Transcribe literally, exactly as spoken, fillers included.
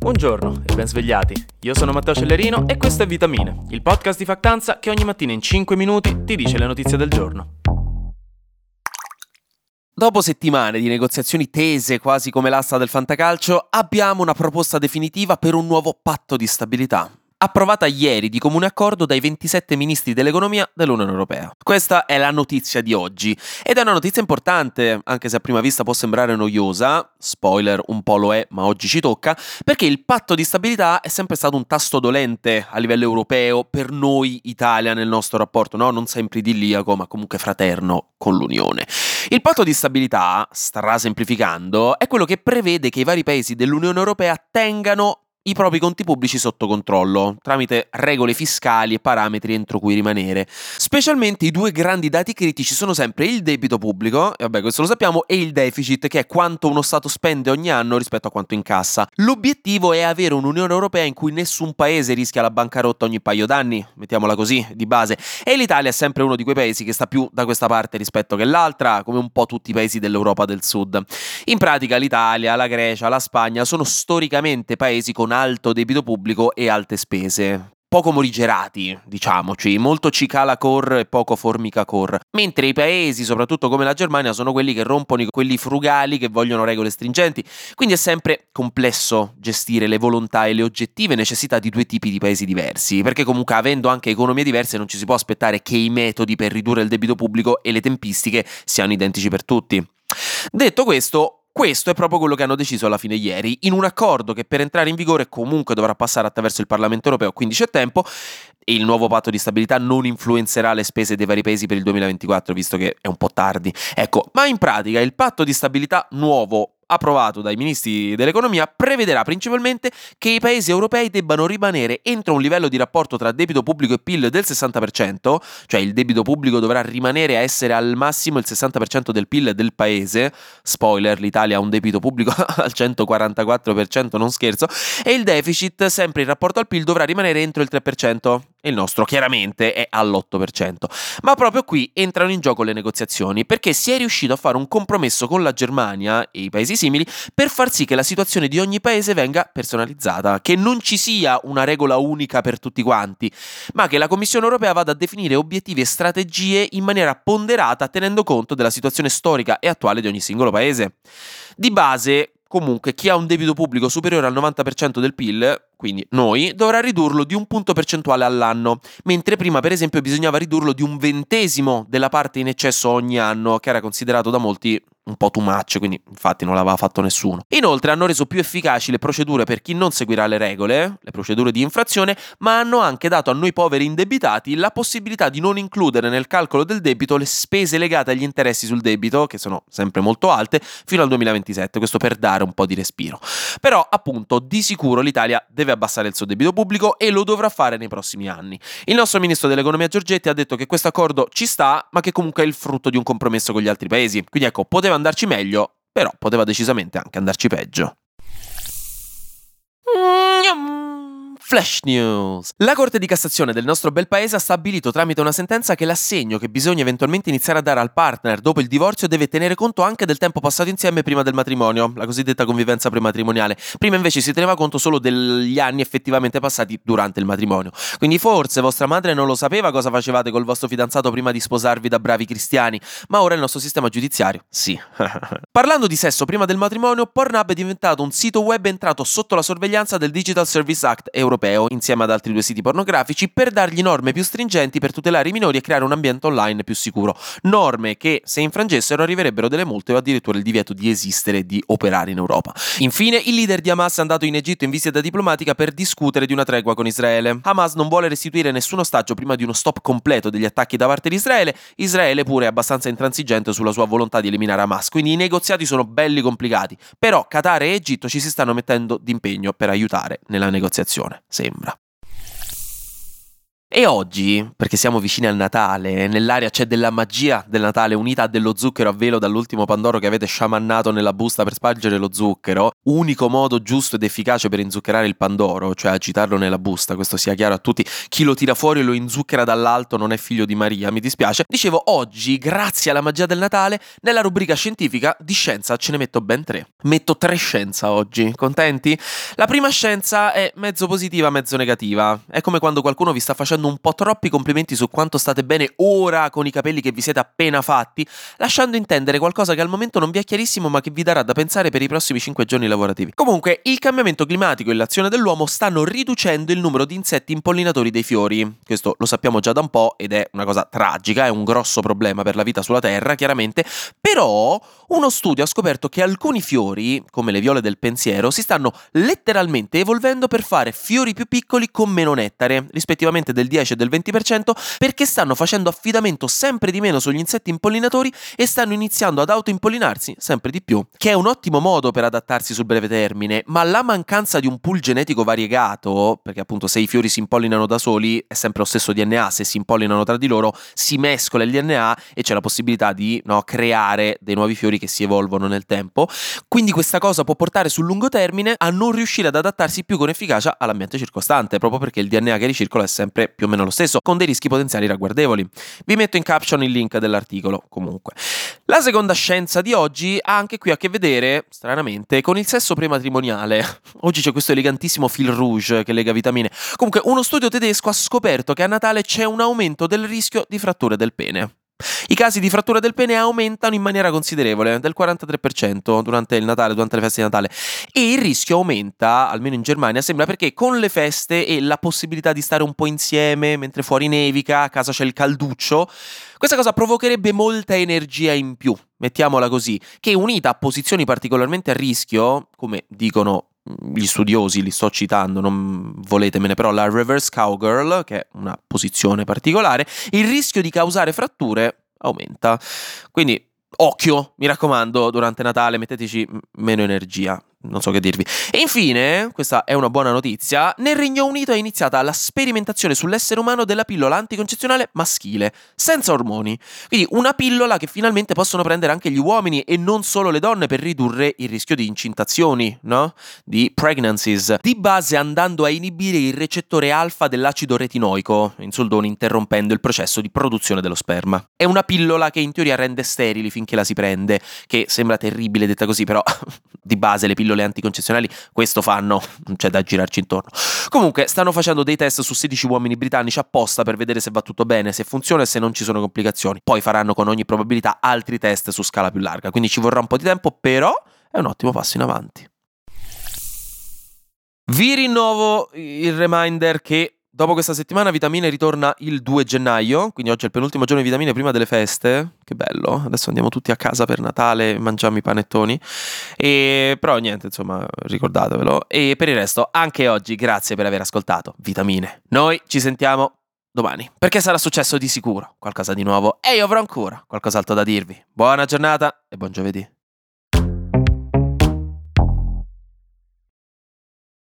Buongiorno e ben svegliati. Io sono Matteo Cellerino e questo è Vitamine, il podcast di Factanza che ogni mattina in cinque minuti ti dice le notizie del giorno. Dopo settimane di negoziazioni tese quasi come l'asta del fantacalcio, abbiamo una proposta definitiva per un nuovo patto di stabilità, approvata ieri di comune accordo dai ventisette ministri dell'economia dell'Unione Europea. Questa è la notizia di oggi ed è una notizia importante, anche se a prima vista può sembrare noiosa, spoiler un po' lo è, ma oggi ci tocca, perché il patto di stabilità è sempre stato un tasto dolente a livello europeo per noi Italia nel nostro rapporto, no? Non sempre idilliaco, ma comunque fraterno con l'Unione. Il patto di stabilità, strasemplificando, è quello che prevede che i vari paesi dell'Unione Europea tengano i propri conti pubblici sotto controllo, tramite regole fiscali e parametri entro cui rimanere. Specialmente i due grandi dati critici sono sempre il debito pubblico, e vabbè questo lo sappiamo, e il deficit, che è quanto uno Stato spende ogni anno rispetto a quanto incassa. L'obiettivo è avere un'Unione Europea in cui nessun paese rischia la bancarotta ogni paio d'anni, mettiamola così, di base, e l'Italia è sempre uno di quei paesi che sta più da questa parte rispetto che l'altra, come un po' tutti i paesi dell'Europa del Sud. In pratica l'Italia, la Grecia, la Spagna sono storicamente paesi con alto debito pubblico e alte spese. Poco morigerati, diciamoci, molto cicala core e poco formica core. Mentre i paesi, soprattutto come la Germania, sono quelli che rompono quelli frugali che vogliono regole stringenti. Quindi è sempre complesso gestire le volontà e le oggettive necessità di due tipi di paesi diversi, perché comunque avendo anche economie diverse non ci si può aspettare che i metodi per ridurre il debito pubblico e le tempistiche siano identici per tutti. Detto questo, questo è proprio quello che hanno deciso alla fine ieri, in un accordo che per entrare in vigore comunque dovrà passare attraverso il Parlamento europeo, quindi c'è tempo, e il nuovo patto di stabilità non influenzerà le spese dei vari paesi per il duemilaventiquattro, visto che è un po' tardi. Ecco, ma in pratica il patto di stabilità nuovo approvato dai ministri dell'economia prevederà principalmente che i paesi europei debbano rimanere entro un livello di rapporto tra debito pubblico e P I L del sessanta per cento, cioè il debito pubblico dovrà rimanere a essere al massimo il sessanta per cento del P I L del paese, spoiler, l'Italia ha un debito pubblico al centoquarantaquattro per cento, non scherzo, e il deficit sempre in rapporto al P I L dovrà rimanere entro il tre per cento. Il nostro chiaramente è all'otto per cento. Ma proprio qui entrano in gioco le negoziazioni, perché si è riuscito a fare un compromesso con la Germania e i paesi simili per far sì che la situazione di ogni paese venga personalizzata, che non ci sia una regola unica per tutti quanti, ma che la Commissione europea vada a definire obiettivi e strategie in maniera ponderata tenendo conto della situazione storica e attuale di ogni singolo paese. Di base, comunque, chi ha un debito pubblico superiore al novanta per cento del P I L, quindi noi, dovrà ridurlo di un punto percentuale all'anno, mentre prima per esempio bisognava ridurlo di un ventesimo della parte in eccesso ogni anno, che era considerato da molti un po' too much, quindi infatti non l'aveva fatto nessuno. Inoltre hanno reso più efficaci le procedure per chi non seguirà le regole, le procedure di infrazione, ma hanno anche dato a noi poveri indebitati la possibilità di non includere nel calcolo del debito le spese legate agli interessi sul debito, che sono sempre molto alte, fino al duemilaventisette, questo per dare un po' di respiro. Però appunto di sicuro l'Italia deve abbassare il suo debito pubblico e lo dovrà fare nei prossimi anni. Il nostro ministro dell'economia Giorgetti ha detto che questo accordo ci sta, ma che comunque è il frutto di un compromesso con gli altri paesi. Quindi ecco, poteva andarci meglio, però poteva decisamente anche andarci peggio. Flash News. La Corte di Cassazione del nostro bel paese ha stabilito tramite una sentenza che l'assegno che bisogna eventualmente iniziare a dare al partner dopo il divorzio deve tenere conto anche del tempo passato insieme prima del matrimonio, la cosiddetta convivenza prematrimoniale. Prima invece si teneva conto solo degli anni effettivamente passati durante il matrimonio. Quindi forse vostra madre non lo sapeva cosa facevate col vostro fidanzato prima di sposarvi da bravi cristiani, ma ora il nostro sistema giudiziario sì. Parlando di sesso prima del matrimonio, Pornhub è diventato un sito web entrato sotto la sorveglianza del Digital Service Act europeo, insieme ad altri due siti pornografici, per dargli norme più stringenti per tutelare i minori e creare un ambiente online più sicuro. Norme che, se infrangessero, arriverebbero delle multe o addirittura il divieto di esistere e di operare in Europa. Infine, il leader di Hamas è andato in Egitto in visita diplomatica per discutere di una tregua con Israele. Hamas non vuole restituire nessun ostaggio prima di uno stop completo degli attacchi da parte di Israele. Israele pure è abbastanza intransigente sulla sua volontà di eliminare Hamas, quindi i negoziati sono belli complicati. Però Qatar e Egitto ci si stanno mettendo d'impegno per aiutare nella negoziazione, sembra. E oggi, perché siamo vicini al Natale, nell'aria c'è della magia del Natale unita a dello zucchero a velo dall'ultimo pandoro che avete sciamannato nella busta per spargere lo zucchero, unico modo giusto ed efficace per inzuccherare il pandoro, cioè agitarlo nella busta, questo sia chiaro a tutti, chi lo tira fuori e lo inzucchera dall'alto non è figlio di Maria, mi dispiace. Dicevo, oggi, grazie alla magia del Natale, nella rubrica scientifica di scienza ce ne metto ben tre. Metto tre scienza oggi, contenti? La prima scienza è mezzo positiva, mezzo negativa. È come quando qualcuno vi sta facendo un po' troppi complimenti su quanto state bene ora con i capelli che vi siete appena fatti, lasciando intendere qualcosa che al momento non vi è chiarissimo ma che vi darà da pensare per i prossimi cinque giorni lavorativi. Comunque, il cambiamento climatico e l'azione dell'uomo stanno riducendo il numero di insetti impollinatori dei fiori. Questo lo sappiamo già da un po' ed è una cosa tragica, è un grosso problema per la vita sulla Terra, chiaramente, però uno studio ha scoperto che alcuni fiori, come le viole del pensiero, si stanno letteralmente evolvendo per fare fiori più piccoli con meno nettare, rispettivamente del dieci e del venti per cento, perché stanno facendo affidamento sempre di meno sugli insetti impollinatori e stanno iniziando ad autoimpollinarsi sempre di più, che è un ottimo modo per adattarsi sul breve termine, ma la mancanza di un pool genetico variegato, perché appunto se i fiori si impollinano da soli è sempre lo stesso D N A, se si impollinano tra di loro si mescola il D N A e c'è la possibilità di no, creare dei nuovi fiori che si evolvono nel tempo, quindi questa cosa può portare sul lungo termine a non riuscire ad adattarsi più con efficacia all'ambiente circostante, proprio perché il D N A che ricircola è sempre più o meno lo stesso, con dei rischi potenziali ragguardevoli. Vi metto in caption il link dell'articolo, comunque. La seconda scienza di oggi ha anche qui a che vedere, stranamente, con il sesso prematrimoniale. Oggi c'è questo elegantissimo fil rouge che lega vitamine. Comunque, uno studio tedesco ha scoperto che a Natale c'è un aumento del rischio di fratture del pene. I casi di frattura del pene aumentano in maniera considerevole, del quarantatré per cento durante il Natale, durante le feste di Natale, e il rischio aumenta, almeno in Germania, sembra perché con le feste e la possibilità di stare un po' insieme mentre fuori nevica, a casa c'è il calduccio, questa cosa provocherebbe molta energia in più, mettiamola così, che unita a posizioni particolarmente a rischio, come dicono gli studiosi, li sto citando, non voletemene, però la reverse cowgirl, che è una posizione particolare, il rischio di causare fratture aumenta. Quindi occhio, mi raccomando, durante Natale metteteci meno energia. Non so che dirvi. E infine, questa è una buona notizia, nel Regno Unito è iniziata la sperimentazione sull'essere umano della pillola anticoncezionale maschile, senza ormoni. Quindi una pillola che finalmente possono prendere anche gli uomini e non solo le donne per ridurre il rischio di incintazioni, no? Di pregnancies. Di base andando a inibire il recettore alfa dell'acido retinoico, in soldoni interrompendo il processo di produzione dello sperma. È una pillola che in teoria rende sterili finché la si prende, che sembra terribile detta così, però di base le pillole anticoncezionali questo fanno, non c'è da girarci intorno. Comunque stanno facendo dei test su sedici uomini britannici apposta per vedere se va tutto bene, se funziona e se non ci sono complicazioni. Poi faranno con ogni probabilità altri test su scala più larga, quindi ci vorrà un po' di tempo, però è un ottimo passo in avanti. Vi rinnovo il reminder che dopo questa settimana Vitamine ritorna il due gennaio, quindi oggi è il penultimo giorno di Vitamine prima delle feste. Che bello, adesso andiamo tutti a casa per Natale e mangiamo i panettoni. E però niente, insomma, ricordatevelo. E per il resto, anche oggi, grazie per aver ascoltato Vitamine. Noi ci sentiamo domani, perché sarà successo di sicuro qualcosa di nuovo e io avrò ancora qualcos'altro da dirvi. Buona giornata e buon giovedì.